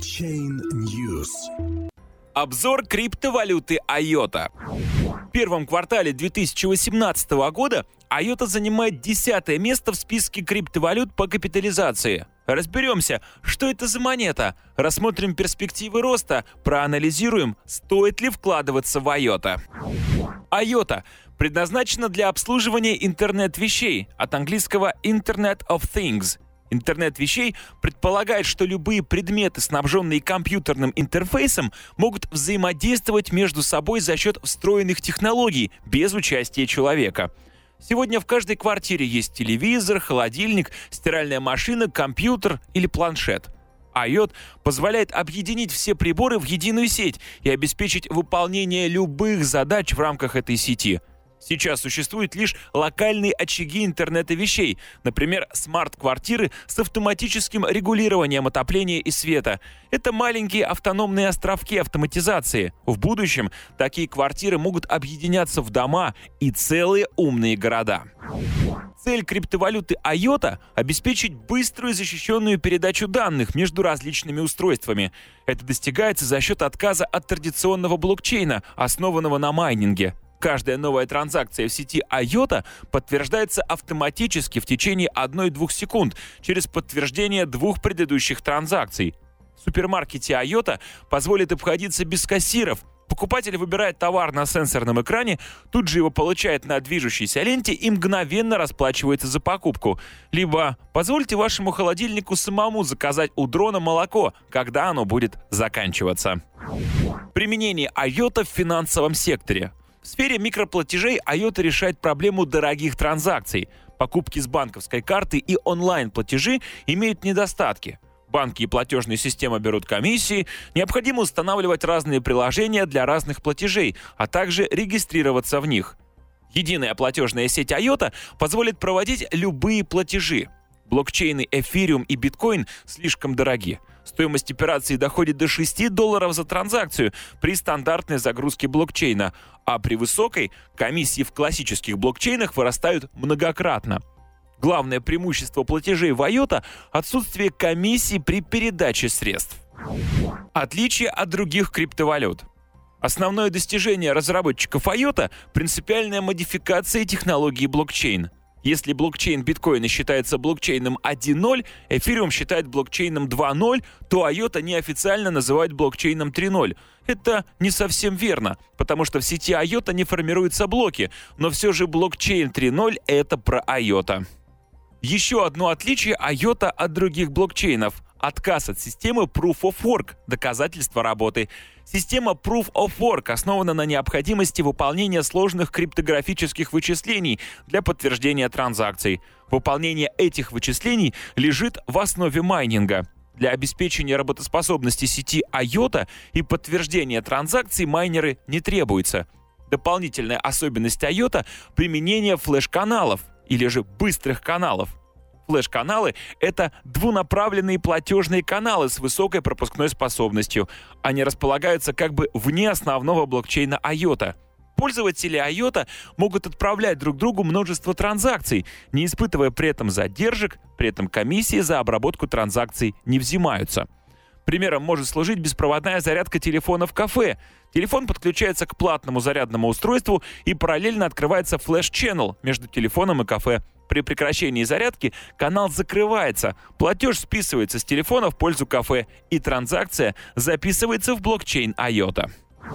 Blockchain News. Обзор криптовалюты IOTA. В первом квартале 2018 года IOTA занимает 10-е место в списке криптовалют по капитализации. Разберемся, что это за монета, рассмотрим перспективы роста, проанализируем, стоит ли вкладываться в IOTA. IOTA предназначена для обслуживания интернет-вещей, от английского Internet of Things. Интернет вещей предполагает, что любые предметы, снабженные компьютерным интерфейсом, могут взаимодействовать между собой за счет встроенных технологий, без участия человека. Сегодня в каждой квартире есть телевизор, холодильник, стиральная машина, компьютер или планшет. IOTA позволяет объединить все приборы в единую сеть и обеспечить выполнение любых задач в рамках этой сети. Сейчас существуют лишь локальные очаги интернета вещей, например, смарт-квартиры с автоматическим регулированием отопления и света. Это маленькие автономные островки автоматизации. В будущем такие квартиры могут объединяться в дома и целые умные города. Цель криптовалюты IOTA – обеспечить быструю и защищенную передачу данных между различными устройствами. Это достигается за счет отказа от традиционного блокчейна, основанного на майнинге. Каждая новая транзакция в сети IOTA подтверждается автоматически в течение 1-2 секунд через подтверждение 2 предыдущих транзакций. В супермаркете IOTA позволит обходиться без кассиров. Покупатель выбирает товар на сенсорном экране, тут же его получает на движущейся ленте и мгновенно расплачивается за покупку. Либо позвольте вашему холодильнику самому заказать у дрона молоко, когда оно будет заканчиваться. Применение IOTA в финансовом секторе. В сфере микроплатежей IOTA решает проблему дорогих транзакций. Покупки с банковской карты и онлайн-платежи имеют недостатки. Банки и платежные системы берут комиссии, необходимо устанавливать разные приложения для разных платежей, а также регистрироваться в них. Единая платежная сеть IOTA позволит проводить любые платежи. Блокчейны Ethereum и Bitcoin слишком дороги. Стоимость операции доходит до $6 за транзакцию при стандартной загрузке блокчейна, а при высокой комиссии в классических блокчейнах вырастают многократно. Главное преимущество платежей в IOTA – отсутствие комиссии при передаче средств. Отличие от других криптовалют. Основное достижение разработчиков IOTA – принципиальная модификация технологии блокчейн. Если блокчейн биткоина считается блокчейном 1.0, Ethereum считает блокчейном 2.0, то IOTA неофициально называют блокчейном 3.0. Это не совсем верно, потому что в сети IOTA не формируются блоки, но все же блокчейн 3.0 — это про IOTA. Еще одно отличие IOTA от других блокчейнов – отказ от системы Proof of Work – доказательство работы. Система Proof of Work основана на необходимости выполнения сложных криптографических вычислений для подтверждения транзакций. Выполнение этих вычислений лежит в основе майнинга. Для обеспечения работоспособности сети IOTA и подтверждения транзакций майнеры не требуются. Дополнительная особенность IOTA – применение флеш-каналов или же быстрых каналов. Флеш-каналы — это двунаправленные платежные каналы с высокой пропускной способностью. Они располагаются как бы вне основного блокчейна IOTA. Пользователи IOTA могут отправлять друг другу множество транзакций, не испытывая при этом задержек, при этом комиссии за обработку транзакций не взимаются. Примером может служить беспроводная зарядка телефона в кафе. Телефон подключается к платному зарядному устройству и параллельно открывается флеш-ченнел между телефоном и кафе. При прекращении зарядки канал закрывается, платеж списывается с телефона в пользу кафе, и транзакция записывается в блокчейн IOTA.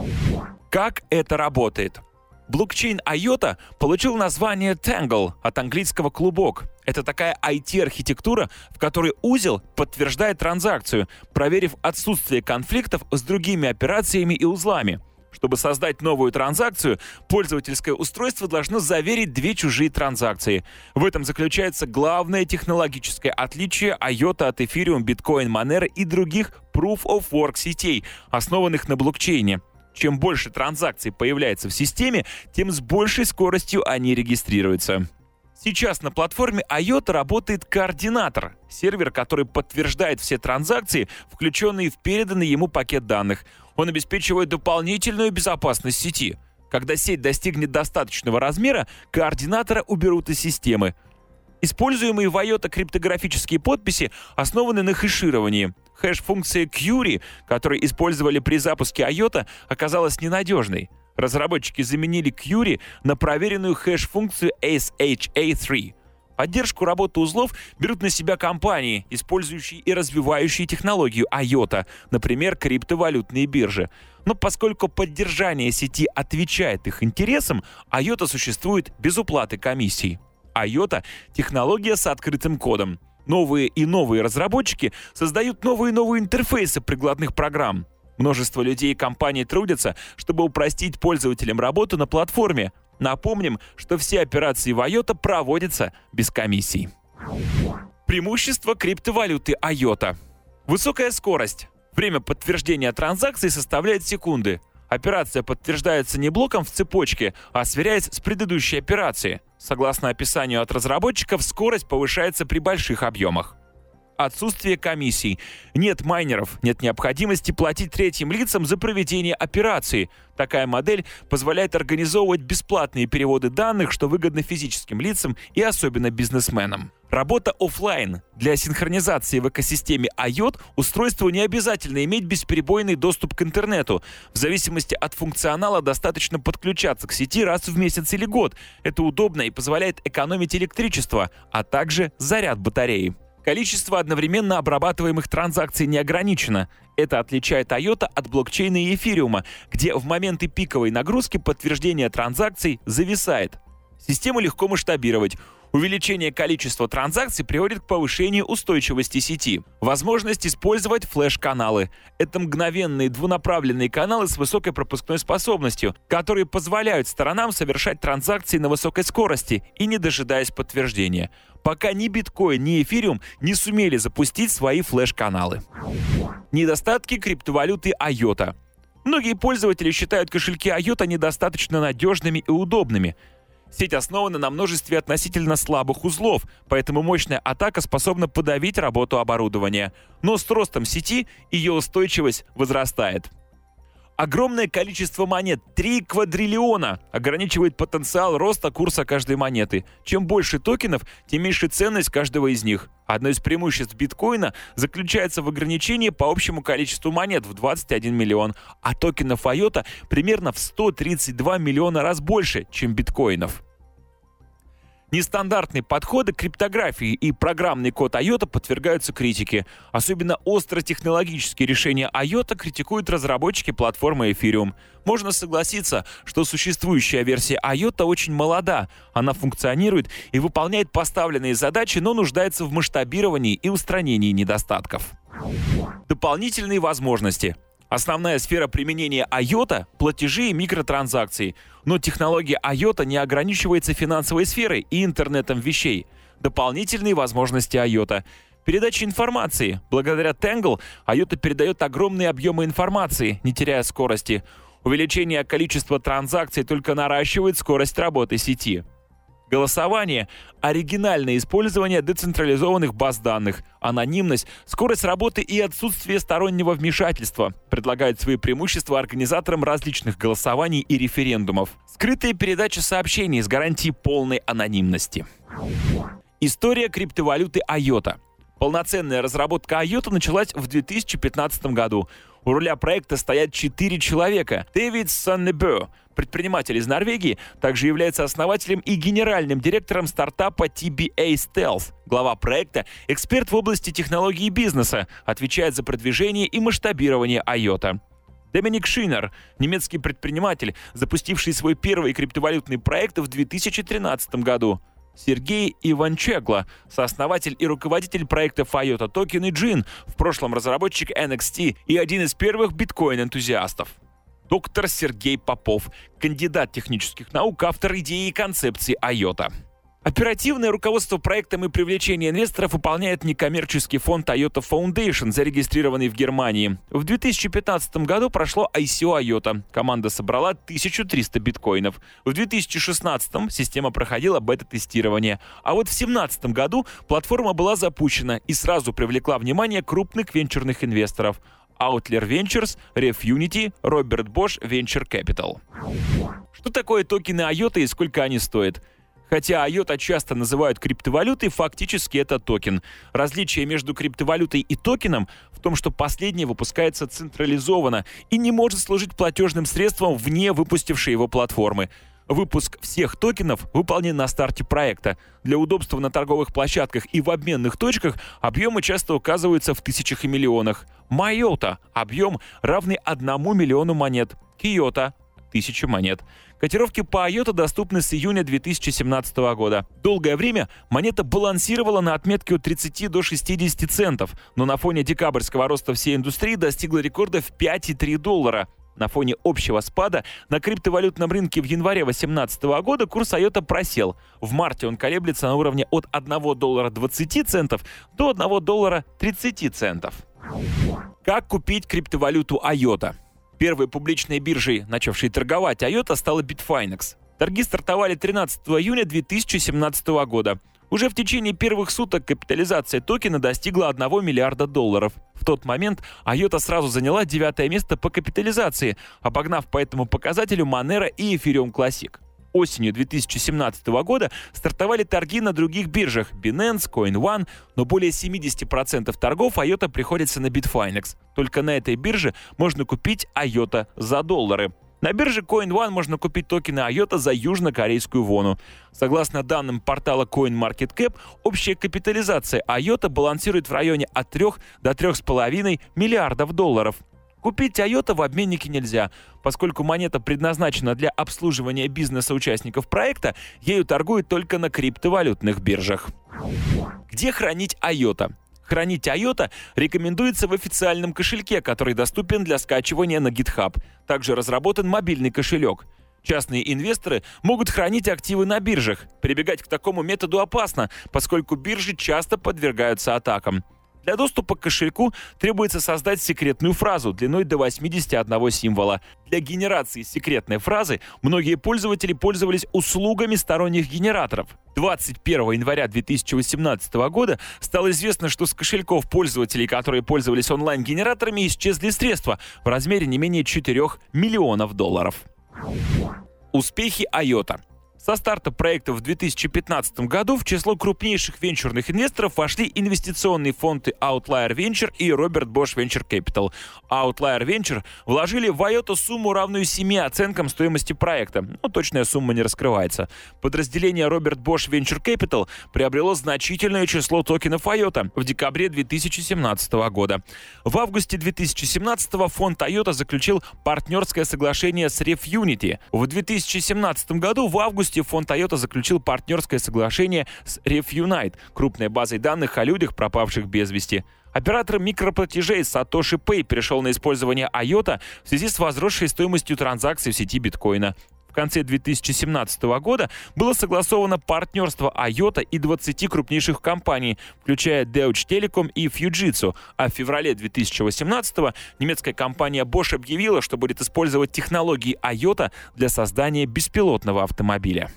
Как это работает? Блокчейн IOTA получил название Tangle от английского «клубок». Это такая IT-архитектура, в которой узел подтверждает транзакцию, проверив отсутствие конфликтов с другими операциями и узлами. Чтобы создать новую транзакцию, пользовательское устройство должно заверить 2 чужие транзакции. В этом заключается главное технологическое отличие IOTA от Ethereum, Bitcoin, Monero и других Proof of Work сетей, основанных на блокчейне. Чем больше транзакций появляется в системе, тем с большей скоростью они регистрируются. Сейчас на платформе IOTA работает координатор, сервер, который подтверждает все транзакции, включенные в переданный ему пакет данных. Он обеспечивает дополнительную безопасность сети. Когда сеть достигнет достаточного размера, координатора уберут из системы. Используемые в IOTA криптографические подписи основаны на хешировании. Хэш-функция Query, которую использовали при запуске IOTA, оказалась ненадежной. Разработчики заменили Query на проверенную хэш-функцию SHA-3. Поддержку работы узлов берут на себя компании, использующие и развивающие технологию IOTA, например, криптовалютные биржи. Но поскольку поддержание сети отвечает их интересам, IOTA существует без уплаты комиссий. IOTA — технология с открытым кодом. Новые и новые разработчики создают новые и новые интерфейсы прикладных программ. Множество людей и компаний трудятся, чтобы упростить пользователям работу на платформе. Напомним, что все операции в IOTA проводятся без комиссий. Преимущество криптовалюты IOTA. Высокая скорость. Время подтверждения транзакций составляет секунды. Операция подтверждается не блоком в цепочке, а сверяясь с предыдущей операцией. Согласно описанию от разработчиков, скорость повышается при больших объемах. Отсутствие комиссий. Нет майнеров, нет необходимости платить третьим лицам за проведение операции. Такая модель позволяет организовывать бесплатные переводы данных, что выгодно физическим лицам и особенно бизнесменам. Работа офлайн. Для синхронизации в экосистеме IOTA устройству не обязательно иметь бесперебойный доступ к интернету. В зависимости от функционала достаточно подключаться к сети раз в месяц или год. Это удобно и позволяет экономить электричество, а также заряд батареи. Количество одновременно обрабатываемых транзакций не ограничено. Это отличает IOTA от блокчейна и эфириума, где в моменты пиковой нагрузки подтверждение транзакций зависает. Систему легко масштабировать. Увеличение количества транзакций приводит к повышению устойчивости сети. Возможность использовать флеш-каналы. Это мгновенные двунаправленные каналы с высокой пропускной способностью, которые позволяют сторонам совершать транзакции на высокой скорости и не дожидаясь подтверждения. Пока ни биткоин, ни эфириум не сумели запустить свои флеш-каналы. Недостатки криптовалюты IOTA. Многие пользователи считают кошельки IOTA недостаточно надежными и удобными. Сеть основана на множестве относительно слабых узлов, поэтому мощная атака способна подавить работу оборудования. Но с ростом сети ее устойчивость возрастает. Огромное количество монет, 3 квадриллиона, ограничивает потенциал роста курса каждой монеты. Чем больше токенов, тем меньше ценность каждого из них. Одно из преимуществ биткоина заключается в ограничении по общему количеству монет в 21 миллион, а токенов IOTA примерно в 132 миллиона раз больше, чем биткоинов. Нестандартные подходы к криптографии и программный код IOTA подвергаются критике. Особенно остротехнологические решения IOTA критикуют разработчики платформы Ethereum. Можно согласиться, что существующая версия IOTA очень молода. Она функционирует и выполняет поставленные задачи, но нуждается в масштабировании и устранении недостатков. Дополнительные возможности. Основная сфера применения IOTA — платежи и микротранзакции. Но технология IOTA не ограничивается финансовой сферой и интернетом вещей. Дополнительные возможности IOTA. Передача информации. Благодаря Tangle IOTA передает огромные объемы информации, не теряя скорости. Увеличение количества транзакций только наращивает скорость работы сети. Голосование — оригинальное использование децентрализованных баз данных, анонимность, скорость работы и отсутствие стороннего вмешательства предлагают свои преимущества организаторам различных голосований и референдумов. Скрытая передача сообщений с гарантией полной анонимности. История криптовалюты IOTA. Полноценная разработка IOTA началась в 2015 году. У руля проекта стоят 4 человека. Дэвид Соннебø, предприниматель из Норвегии, также является основателем и генеральным директором стартапа TBA Stealth. Глава проекта — эксперт в области технологий и бизнеса, отвечает за продвижение и масштабирование IOTA. Доминик Шинер, немецкий предприниматель, запустивший свой первый криптовалютный проект в 2013 году. Сергей Иванчегло, сооснователь и руководитель проектов IOTA Token и Gin, в прошлом разработчик NXT и один из первых биткоин-энтузиастов. Доктор Сергей Попов, кандидат технических наук, автор идеи и концепции IOTA. Оперативное руководство проектом и привлечение инвесторов выполняет некоммерческий фонд IOTA Foundation, зарегистрированный в Германии. В 2015 году прошло ICO IOTA. Команда собрала 1300 биткоинов. В 2016 система проходила бета-тестирование. А вот в 2017 году платформа была запущена и сразу привлекла внимание крупных венчурных инвесторов. Outlier Ventures, Refunity, Robert Bosch Venture Capital. Что такое токены IOTA и сколько они стоят? Хотя IOTA часто называют криптовалютой, фактически это токен. Различие между криптовалютой и токеном в том, что последний выпускается централизованно и не может служить платежным средством вне выпустившей его платформы. Выпуск всех токенов выполнен на старте проекта. Для удобства на торговых площадках и в обменных точках объемы часто указываются в тысячах и миллионах. MyIOTA – объем, равный 1 миллиону монет. KYOTA – 1000 монет. Котировки по IOTA доступны с июня 2017 года. Долгое время монета балансировала на отметке от 30 до 60 центов, но на фоне декабрьского роста всей индустрии достигла рекорда в 5,3 доллара. На фоне общего спада на криптовалютном рынке в январе 2018 года курс IOTA просел. В марте он колеблется на уровне от 1 доллара 20 центов до 1 доллара 30 центов. Как купить криптовалюту IOTA? Первой публичной биржей, начавшей торговать IOTA, стала Bitfinex. Торги стартовали 13 июня 2017 года. Уже в течение первых суток капитализация токена достигла 1 миллиарда долларов. В тот момент IOTA сразу заняла 9-е место по капитализации, обогнав по этому показателю Monero и Ethereum Classic. Осенью 2017 года стартовали торги на других биржах Binance, CoinOne, но более 70% торгов IOTA приходится на Bitfinex. Только на этой бирже можно купить IOTA за доллары. На бирже CoinOne можно купить токены IOTA за южнокорейскую вону. Согласно данным портала CoinMarketCap, общая капитализация IOTA балансирует в районе от 3 до 3,5 миллиардов долларов. Купить IOTA в обменнике нельзя, поскольку монета предназначена для обслуживания бизнеса участников проекта, ею торгуют только на криптовалютных биржах. Где хранить IOTA? Хранить IOTA рекомендуется в официальном кошельке, который доступен для скачивания на GitHub. Также разработан мобильный кошелек. Частные инвесторы могут хранить активы на биржах. Прибегать к такому методу опасно, поскольку биржи часто подвергаются атакам. Для доступа к кошельку требуется создать секретную фразу длиной до 81 символа. Для генерации секретной фразы многие пользователи пользовались услугами сторонних генераторов. 21 января 2018 года стало известно, что с кошельков пользователей, которые пользовались онлайн-генераторами, исчезли средства в размере не менее 4 миллионов долларов. Успехи IOTA. Со старта проекта в 2015 году в число крупнейших венчурных инвесторов вошли инвестиционные фонды Outlier Venture и Robert Bosch Venture Capital. Outlier Venture вложили в IOTA сумму, равную 7 оценкам стоимости проекта, но точная сумма не раскрывается. Подразделение Robert Bosch Venture Capital приобрело значительное число токенов IOTA в декабре 2017 года. В августе 2017 фонд IOTA заключил партнерское соглашение с RefUnity. В 2017 году в августе фонд IOTA заключил партнерское соглашение с RefUnite, крупной базой данных о людях, пропавших без вести. Оператор микроплатежей Satoshi Pay перешел на использование IOTA в связи с возросшей стоимостью транзакций в сети биткоина. В конце 2017 года было согласовано партнерство IOTA и 20 крупнейших компаний, включая Deutsche Telekom и Fujitsu, а в феврале 2018 немецкая компания Bosch объявила, что будет использовать технологии IOTA для создания беспилотного автомобиля.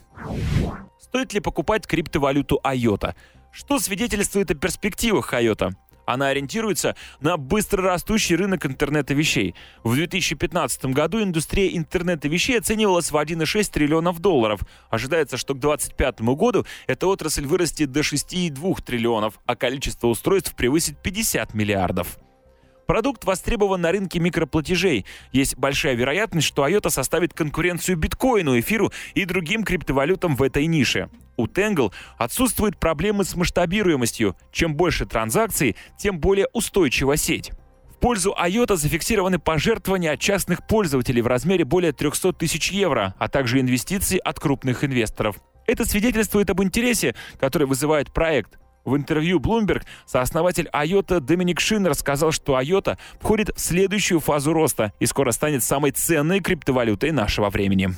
Стоит ли покупать криптовалюту IOTA? Что свидетельствует о перспективах IOTA? Она ориентируется на быстрорастущий рынок интернета вещей. В 2015 году индустрия интернета вещей оценивалась в 1,6 триллионов долларов. Ожидается, что к 2025 году эта отрасль вырастет до 6,2 триллионов, а количество устройств превысит 50 миллиардов. Продукт востребован на рынке микроплатежей. Есть большая вероятность, что IOTA составит конкуренцию биткоину, эфиру и другим криптовалютам в этой нише. У Tangle отсутствуют проблемы с масштабируемостью. Чем больше транзакций, тем более устойчива сеть. В пользу IOTA зафиксированы пожертвования от частных пользователей в размере более 300 тысяч евро, а также инвестиции от крупных инвесторов. Это свидетельствует об интересе, который вызывает проект. В интервью Bloomberg сооснователь IOTA Доминик Шиннер сказал, что IOTA входит в следующую фазу роста и скоро станет самой ценной криптовалютой нашего времени.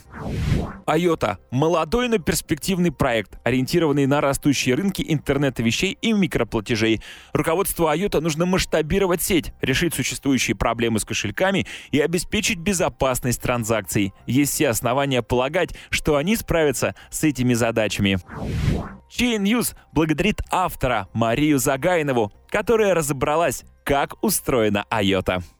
IOTA – молодой, но перспективный проект, ориентированный на растущие рынки интернета вещей и микроплатежей. Руководству IOTA нужно масштабировать сеть, решить существующие проблемы с кошельками и обеспечить безопасность транзакций. Есть все основания полагать, что они справятся с этими задачами. Chain News благодарит автора Марию Загайнову, которая разобралась, как устроена IOTA.